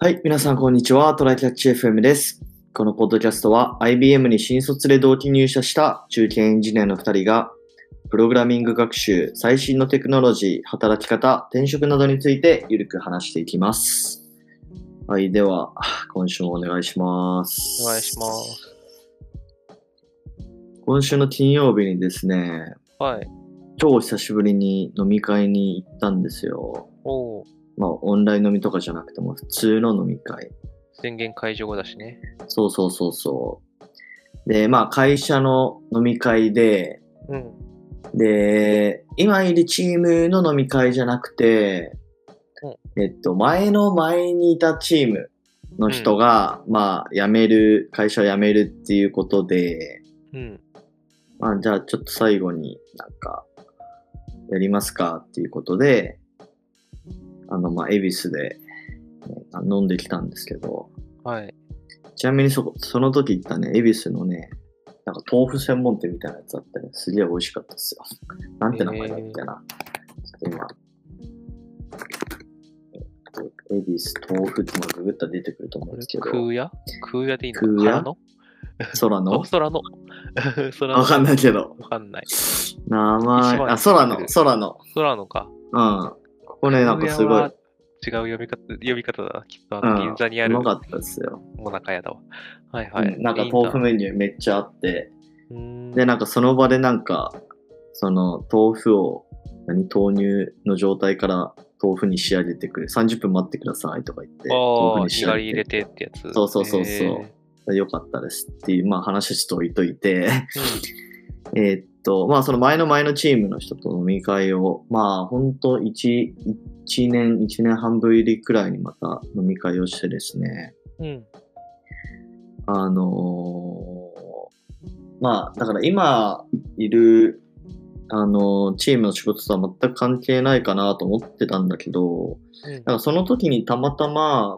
はい、皆さんこんにちは。トライキャッチ FM です。このポッドキャストは IBM に新卒で同期入社した中堅エンジニアの2人がプログラミング学習、最新のテクノロジー、働き方、転職などについてゆるく話していきます。はい、では今週もお願いします。 お願いします。 今週の金曜日にですね、 はい。 超久しぶりに飲み会に行ったんですよ。まあオンライン飲みとかじゃなくても普通の飲み会。 宣言解除後だしね。 そう。で、まあ会社の飲み会で、で、今いるチームの飲み会じゃなくて、前にいたチームの人が、まあ会社を辞めるっていうことで、まあじゃあちょっと最後になんか、やりますかっていうことで、まあ恵比寿で飲んできたんですけど、 はい。 ちなみにその時行ったね、恵比寿のね、なんか豆腐専門店みたいなやつあってね、すげえ美味しかったですよ。なんて名前だっけな。今、恵比寿豆腐ってのがググったら出てくると思うんですけど。 空屋でいいの？ 空屋空のわかんないけど。 わかんない。 名前、空のか。ここね、なんかすごい。 違う読み方だな。きっと銀座にある。 うまかったですよ。 もなか屋だわ。はいはい。 なんか豆腐メニューめっちゃあって。で、なんかその場でなんか、その豆腐を、豆乳の状態から豆腐に仕上げてくれ。30分待ってくださいとか言って。 豆腐に仕上げて。入れてってやつ。 そう。よかったですっていう、まあ話しといといて。まあその前のチームの人と飲み会を、まあほんと1年半ぶりくらいにまた飲み会をしてですね。まあだから今いるチームの仕事とは全く関係ないかなと思ってたんだけど、だからその時にたまたま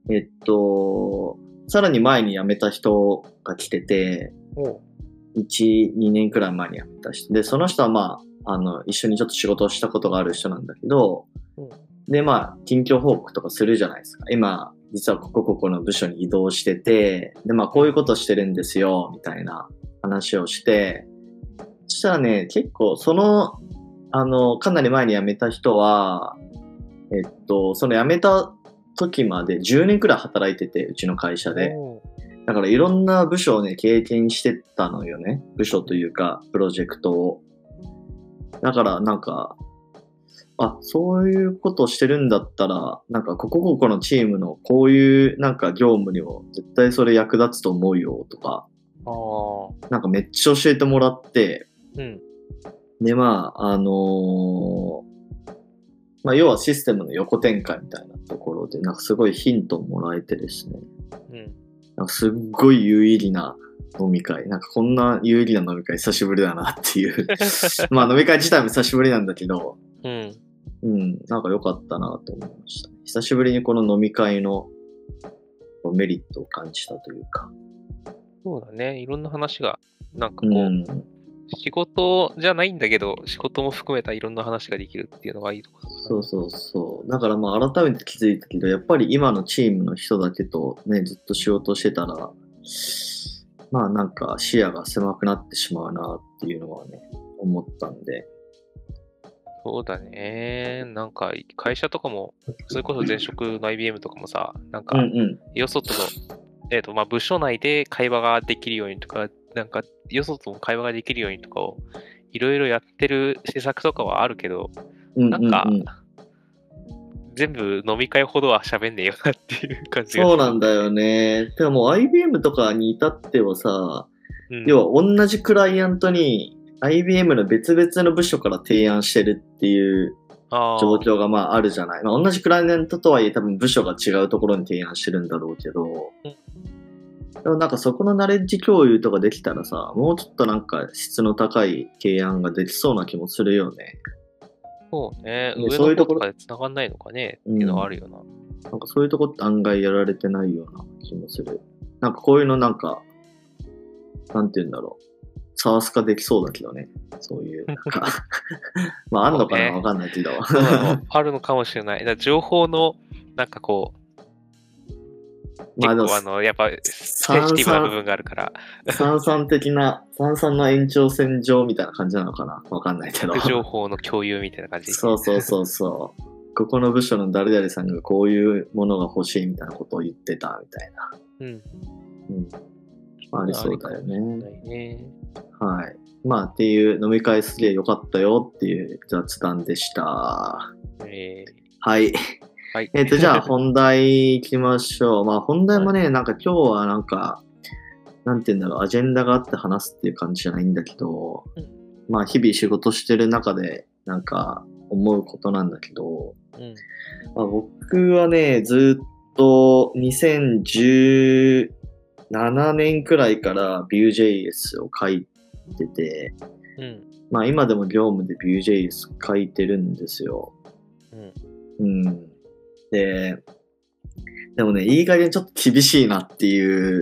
さらに前に辞めた人が来てて、1、2年くらい前に辞めた人で、その人はまあ一緒にちょっと仕事をしたことがある人なんだけど、でまあ近況報告とかするじゃないですか。今実はここの部署に移動してて、でまあこういうことしてるんですよみたいな話をして、そしたらね、結構そのかなり前に辞めた人はその辞めた時まで10年くらい働いてて、うちの会社で。だからいろんな部署をね、経験してたのよね。部署というか、プロジェクトを。だからなんか、そういうことをしてるんだったら、なんかここのチームのこういうなんか業務にも絶対それ役立つと思うよとか、なんかめっちゃ教えてもらって、でまあ、まあ要はシステムの横展開みたいなところで、なんかすごいヒントをもらえてですね。なんかすっごい有意義な飲み会。なんかこんな有意義な飲み会久しぶりだなっていう。まあ飲み会自体も久しぶりなんだけど、なんか良かったなと思いました。久しぶりにこの飲み会のメリットを感じたというか。 そうだね。いろんな話が、なんかこう、仕事じゃないんだけど、仕事も含めたいろんな話ができるっていうのがいいところ。 そう。だからまあ改めて気づいたけど、やっぱり今のチームの人だけとね、ずっと仕事してたら、まあなんか視野が狭くなってしまうなっていうのはね、思ったんで。 そうだね。なんか会社とかも、それこそ前職の IBM とかもさ、なんか、よそとの、まあ部署内で会話ができるようにとか、なんか、よそとも会話ができるようにとかを、いろいろやってる施策とかはあるけど、なんか、全部飲み会ほどは喋んねえよなっていう感じが。 そうなんだよね。でももう IBM とかに至ってはさ、要は同じクライアントに IBM の別々の部署から提案してるっていう状況がまああるじゃない。まあ、同じクライアントとはいえ多分部署が違うところに提案してるんだろうけど、でもなんかそこのナレッジ共有とかできたらさ、もうちょっとなんか質の高い提案ができそうな気もするよね。 そうね。上の方とかで繋がんないのかねっていうのはあるよな。 なんかそういうとこって案外やられてないような気もする。なんかこういうのなんか、なんて言うんだろう。サース化できそうだけどね。そういう。なんかまああんのかなわかんないけど。 あるのかもしれない。だ情報の、なんかこう、 まあでもやっぱセンシティブな部分があるから。 三々の延長線上みたいな感じなのかな、わかんないけど。 情報の共有みたいな感じ。 そう。ここの部署の誰々さんがこういうものが欲しいみたいなことを言ってたみたいな。ありそうだよね。はい。まあっていう飲み会すげえ良かったよっていう雑談でした。はい。じゃあ本題行きましょう。まあ本題もね、なんか今日はなんか、なんて言うんだろう、アジェンダがあって話すっていう感じじゃないんだけど、まあ日々仕事してる中でなんか思うことなんだけど、まあ、僕はね、ずっと2017年くらいから Vue.js を書いてて、まあ今でも業務で Vue.js 書いてるんですよ。でもね、いい加減ちょっと厳しいなっていう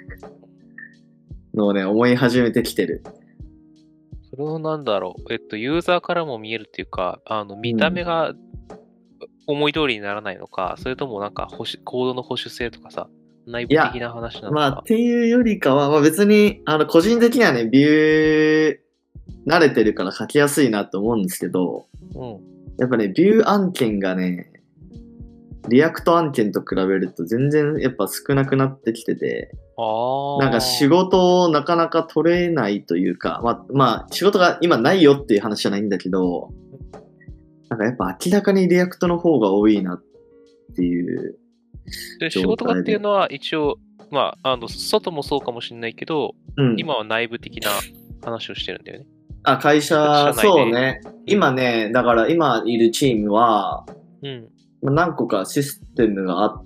のをね、思い始めてきてる。 それはなんだろう。ユーザーからも見えるっていうか、見た目が思い通りにならないのか、それともなんかコードの保守性とかさ、内部的な話なのか。 まあっていうよりかは、まあ別に、個人的にはね、Vue 慣れてるから書きやすいなと思うんですけど、やっぱね、Vue 案件がね、リアクト案件と比べると全然やっぱ少なくなってきてて、なんか仕事をなかなか取れないというか、まあ仕事が今ないよっていう話じゃないんだけど、なんかやっぱ明らかにリアクトの方が多いなっていうで。仕事がっていうのは一応、まあ、外もそうかもしれないけど、今は内部的な話をしてるんだよね。 会社、そうね。今ね、だから今いるチームは、何個かシステムがあって、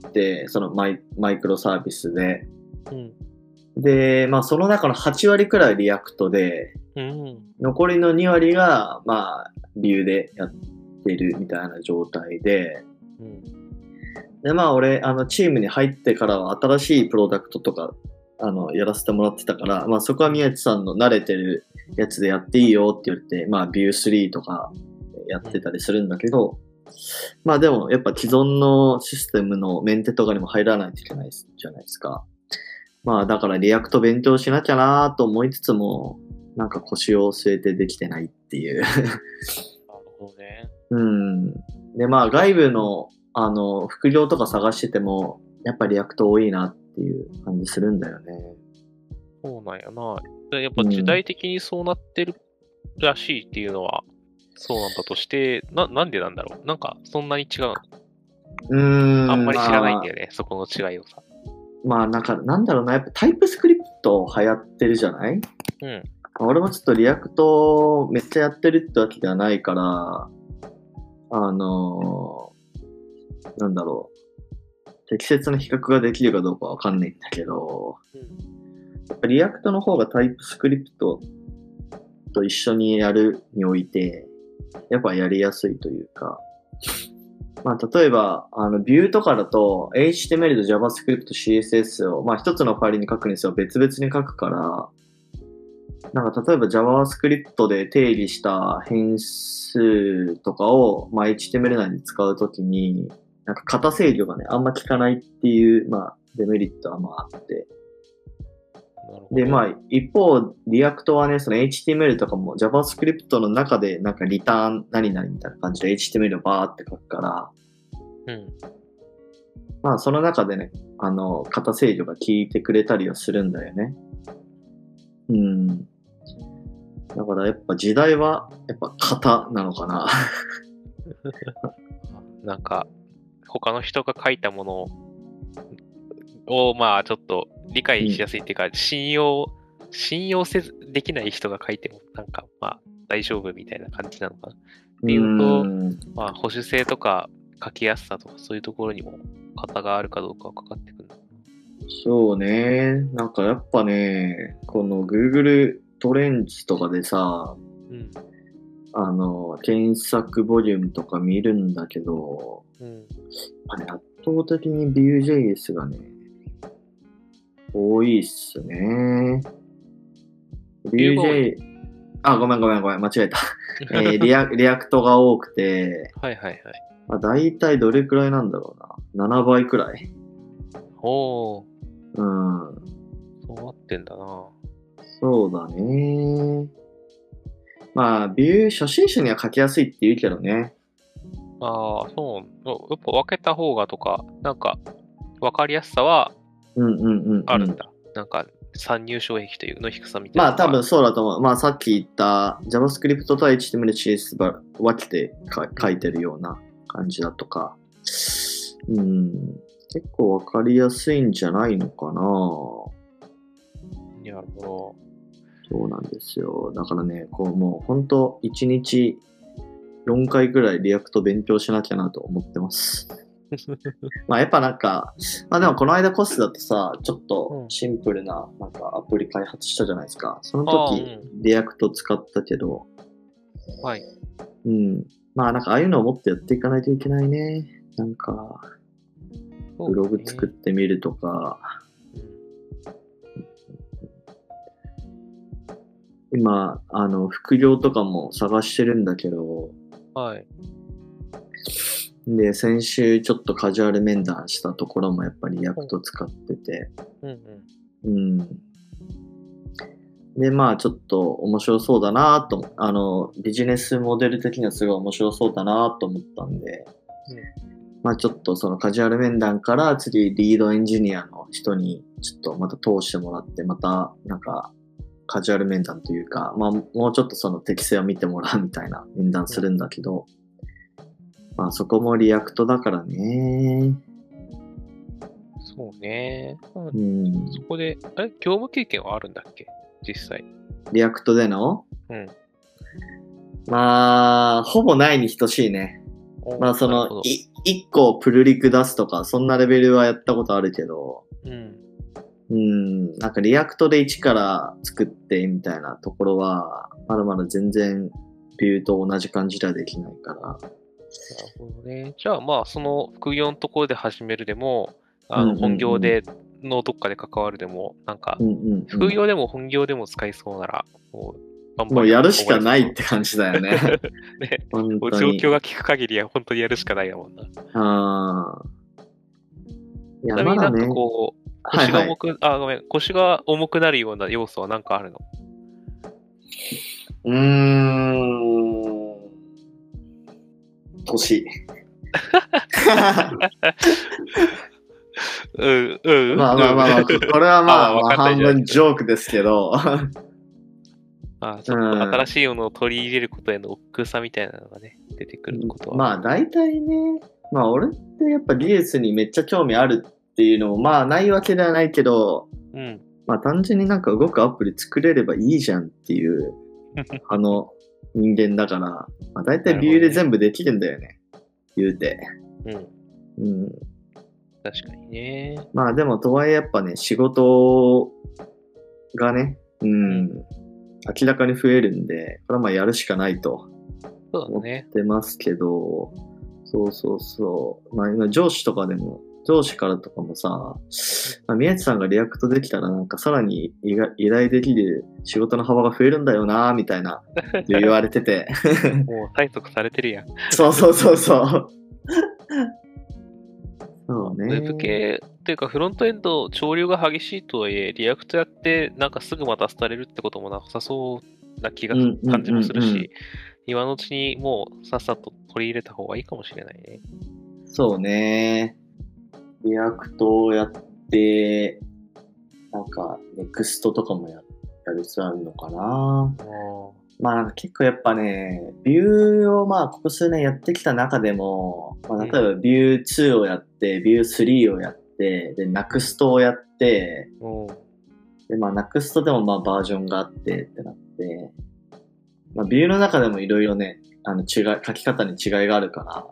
そのマイクロサービスで。で、まあその中の8割くらいリアクトで、残りの2割が、まあ、Vueでやってるみたいな状態で、で、まあ俺、チームに入ってからは新しいプロダクトとか、やらせてもらってたから、まあそこは宮地さんの慣れてるやつでやっていいよって言って、まあ Vue 3とかやってたりするんだけど、まあでもやっぱ既存のシステムのメンテとかにも入らないといけないじゃないですか。まあだからリアクト勉強しなきゃなと思いつつも、なんか腰を据えてできてないっていう。なるほどね。 でまあ外部の副業とか探してても、やっぱりリアクト多いなっていう感じするんだよね。 そうなんやな。やっぱ時代的にそうなってるらしいっていうのは、そうなんだとして、なんでなんだろう。なんかそんなに違うの？あんまり知らないんだよね、そこの違いをさ。 まあなんだろうな、やっぱタイプスクリプト流行ってるじゃない？俺もちょっとリアクトめっちゃやってるってわけではないから、なんだろう、適切な比較ができるかどうかわかんないんだけど、やっぱリアクトの方がタイプスクリプトと一緒にやるにおいて、やっぱやりやすいというか、まあ例えば、Vue とかだと HTML と JavaScript、CSS を、まあ一つのファイルに書くにせよ別々に書くから、なんか例えば JavaScript で定義した変数とかを、まあ HTML 内に使うときに、なんか型制御がね、あんま効かないっていう、まあデメリットはまああって。で、まあ一方、リアクトはね、その HTML とかも JavaScript の中でなんかリターン何々みたいな感じで HTML をバーって書くから、まあその中でね、型制御が効いてくれたりはするんだよね。だからやっぱ時代はやっぱ型なのかな。 なんか他の人が書いたものをまあちょっと理解しやすいっていうか、信用できない人が書いてもなんかまあ大丈夫みたいな感じなのかなっていうと、まあ保守性とか書きやすさとかそういうところにも型があるかどうかはかかってくる。 そうね。なんかやっぱね、この Google トレンズとかでさ、検索ボリュームとか見るんだけど、やっぱね、圧倒的に Vue.js がね、多いっすね。Vue.js、ごめん、間違えた。リアクトが多くて、まあ、大体どれくらいなんだろうな。7倍くらい。 おー。 うん。 そうなってんだな。 そうだね。まあ、ビュー初心者には書きやすいって言うけどね。 ああ、そう。やっぱ分けた方がとか、なんか、分かりやすさはあるんだ。なんか、参入障壁というの低さみたいな。 まあ多分そうだと思う。まあさっき言った JavaScript と HTML、CSS 分けて書いてるような感じだとか。結構分かりやすいんじゃないのかな。 なるほど。 そうなんですよ。だからね、こうもう本当1日4回ぐらいリアクト勉強しなきゃなと思ってます。まあやっぱなんか、まあでもこの間コスだとさ、ちょっとシンプルななんかアプリ開発したじゃないですか。その時、リアクト使ったけど、 はい。 まあなんかああいうのをもっとやっていかないといけないね。なんか、ブログ作ってみるとか、今、副業とかも探してるんだけど、 はい。 で、先週ちょっとカジュアル面談したところもやっぱりリアクト使ってて、で、まあちょっと面白そうだなと、ビジネスモデル的にはすごい面白そうだなと思ったんで、まあちょっとそのカジュアル面談から次リードエンジニアの人にちょっとまた通してもらって、またなんかカジュアル面談というか、まあもうちょっとその適性を見てもらうみたいな面談するんだけど、まあそこもリアクトだからね。 そうね。そこで、業務経験はあるんだっけ実際。 リアクトでのまあ、ほぼないに等しいね。まあその、1個プルリク出すとか、そんなレベルはやったことあるけど、なんかリアクトで1から作ってみたいなところは、まだまだ全然ビューと同じ感じではできないから。なるほどね。じゃあまあ、その副業のところで始めるでも、本業でのどっかで関わるでも、なんか、副業でも本業でも使いそうなら、 もうやるしかないって感じだよね。 ね、状況が聞く限りは本当にやるしかないだもんな。ちなみになんかこう、腰が重く、腰が重くなるような要素は何かあるの？ 年。 まあ、これはまあ半分ジョークですけど。 ちょっと新しいものを取り入れることへの億劫さみたいなのがね、出てくることは。 まあ大体ね、まあ俺ってやっぱ技術にめっちゃ興味あるっていうのもまあないわけではないけど、まあ単純になんか動くアプリ作れればいいじゃんっていう人間だから、まあ大体ビューで全部できるんだよね。言うて。 確かにね。 まあでもとはいえやっぱね、仕事がね、明らかに増えるんで、これはまあやるしかないと思ってますけど、そうまあ今上司からとかもさ、まあ、宮地さんがリアクトできたらなんかさらに依頼できる仕事の幅が増えるんだよなみたいな言われてて。 もう催促されてるやん。 そう。そうね。 ウェブ系っていうかフロントエンド潮流が激しいとはいえ、リアクトやってなんかすぐまた廃れるってこともなさそうな感じもするし、今のうちにもうさっさと取り入れた方がいいかもしれないね。 そうね。リアクトをやって、なんかネクストとかもやる必要あるのかな。まあ結構やっぱね、ビューをまあここ数年やってきた中でも、まあ、例えばビュー2をやって、ビュー3をやって、で、ナクストをやって、で、まあナクストでもまあバージョンがあってってなって、まあビューの中でもいろいろね、書き方に違いがあるから、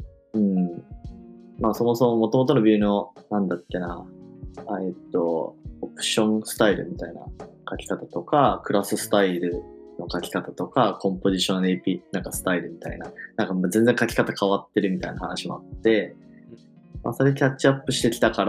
まあそもそも元々のビューの、なんだっけな、オプションスタイルみたいな書き方とか、クラススタイルの書き方とか、コンポジション AP なんかスタイルみたいな、なんか全然書き方変わってるみたいな話もあって、まあそれキャッチアップしてきたから、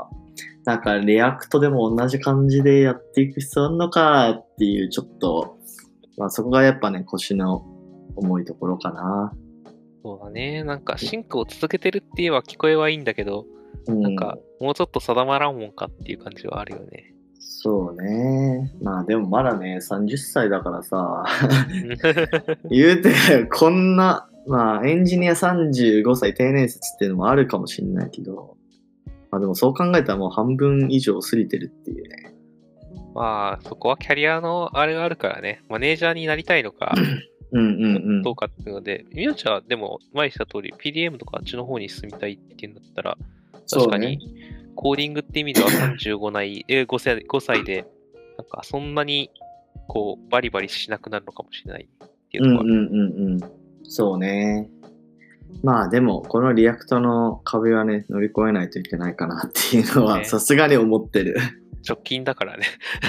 なんかリアクトでも同じ感じでやっていく必要あるのかっていうちょっと、まあそこがやっぱね、腰の重いところかな。 そうだね。なんかシンクを続けてるって言えば聞こえはいいんだけど、 なんか、もうちょっと定まらんもんかっていう感じはあるよね。 そうね。まあでもまだね、30歳だからさ、言うて、こんな、まあエンジニア35歳定年説っていうのもあるかもしれないけど、まあでもそう考えたらもう半分以上過ぎてるっていうね。 まあ、そこはキャリアのあれがあるからね、マネージャーになりたいのか、どうかっていうので、みよちゃんはでも前した通り PDM とかあっちの方に進みたいっていうんだったら、確かにコーディングって意味では35歳、5歳で、なんかそんなにこうバリバリしなくなるのかもしれないっていうところある。 そうね。まあでも、このリアクトの壁はね、乗り越えないといけないかなっていうのは、さすがに思ってる。 直近だからね。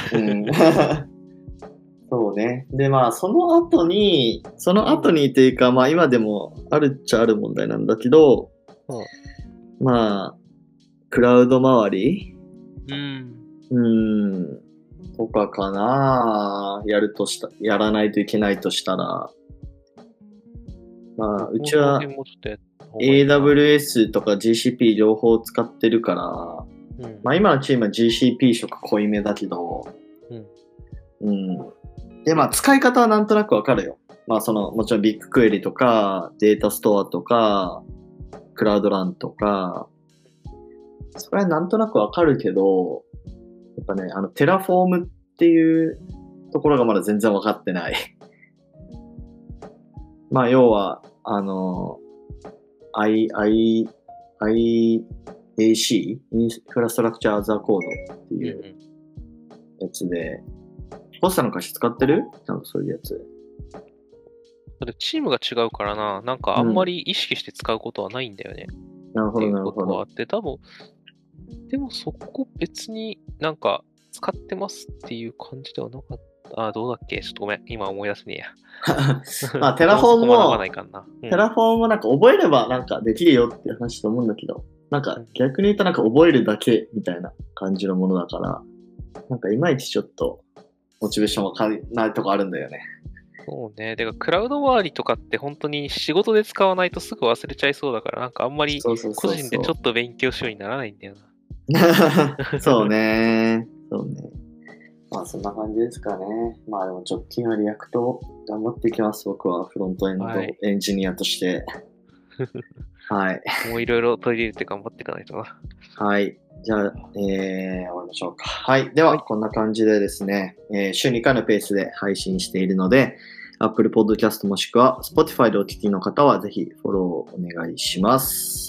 そうね。で、まあ、その後にっていうか、まあ今でもあるっちゃある問題なんだけど、まあ、クラウド周りとかかな、やらないといけないとしたら、まあ、うちは AWS とか GCP 両方使ってるから、まあ今のチームは GCP 色濃いめだけど、で、まあ使い方はなんとなくわかるよ。まあもちろんビッグクエリとか、データストアとか、クラウドランとか、それはなんとなくわかるけど、やっぱね、テラフォームっていうところがまだ全然わかってない。まあ要は、IAC、インフラストラクチャーアザーコードっていうやつで、コスタの会社使ってる？なんかそういうやつ。 チームが違うからな、なんかあんまり意識して使うことはないんだよね。 なるほど、なるほど。 あって、多分、でもそこ別になんか使ってますっていう感じではなかった。あ、どうだっけ？ちょっとごめん、今思い出せねえや。 まあ、テラフォームもなんか覚えればなんかできるよっていう話と思うんだけど、なんか逆に言うとなんか覚えるだけみたいな感じのものだから、なんかいまいちちょっとモチベーションわかんないとこあるんだよね。 そうね。だからクラウド周りとかって本当に仕事で使わないとすぐ忘れちゃいそうだから、なんかあんまり個人でちょっと勉強しようにならないんだよな。そうね。そうね。まあそんな感じですかね。まあでも直近はリアクト頑張っていきます。僕はフロントエンドエンジニアとして。はい。 もういろいろ取り入れて頑張っていかないとな。 はい。じゃあ、終わりましょうか。はい。では、こんな感じでですね、週2回のペースで配信しているので、Apple Podcast もしくは Spotify でお聞きの方はぜひフォローお願いします。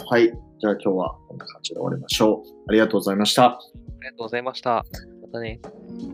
はい。じゃあ今日はこんな感じで終わりましょう。ありがとうございました。 ありがとうございました。またね。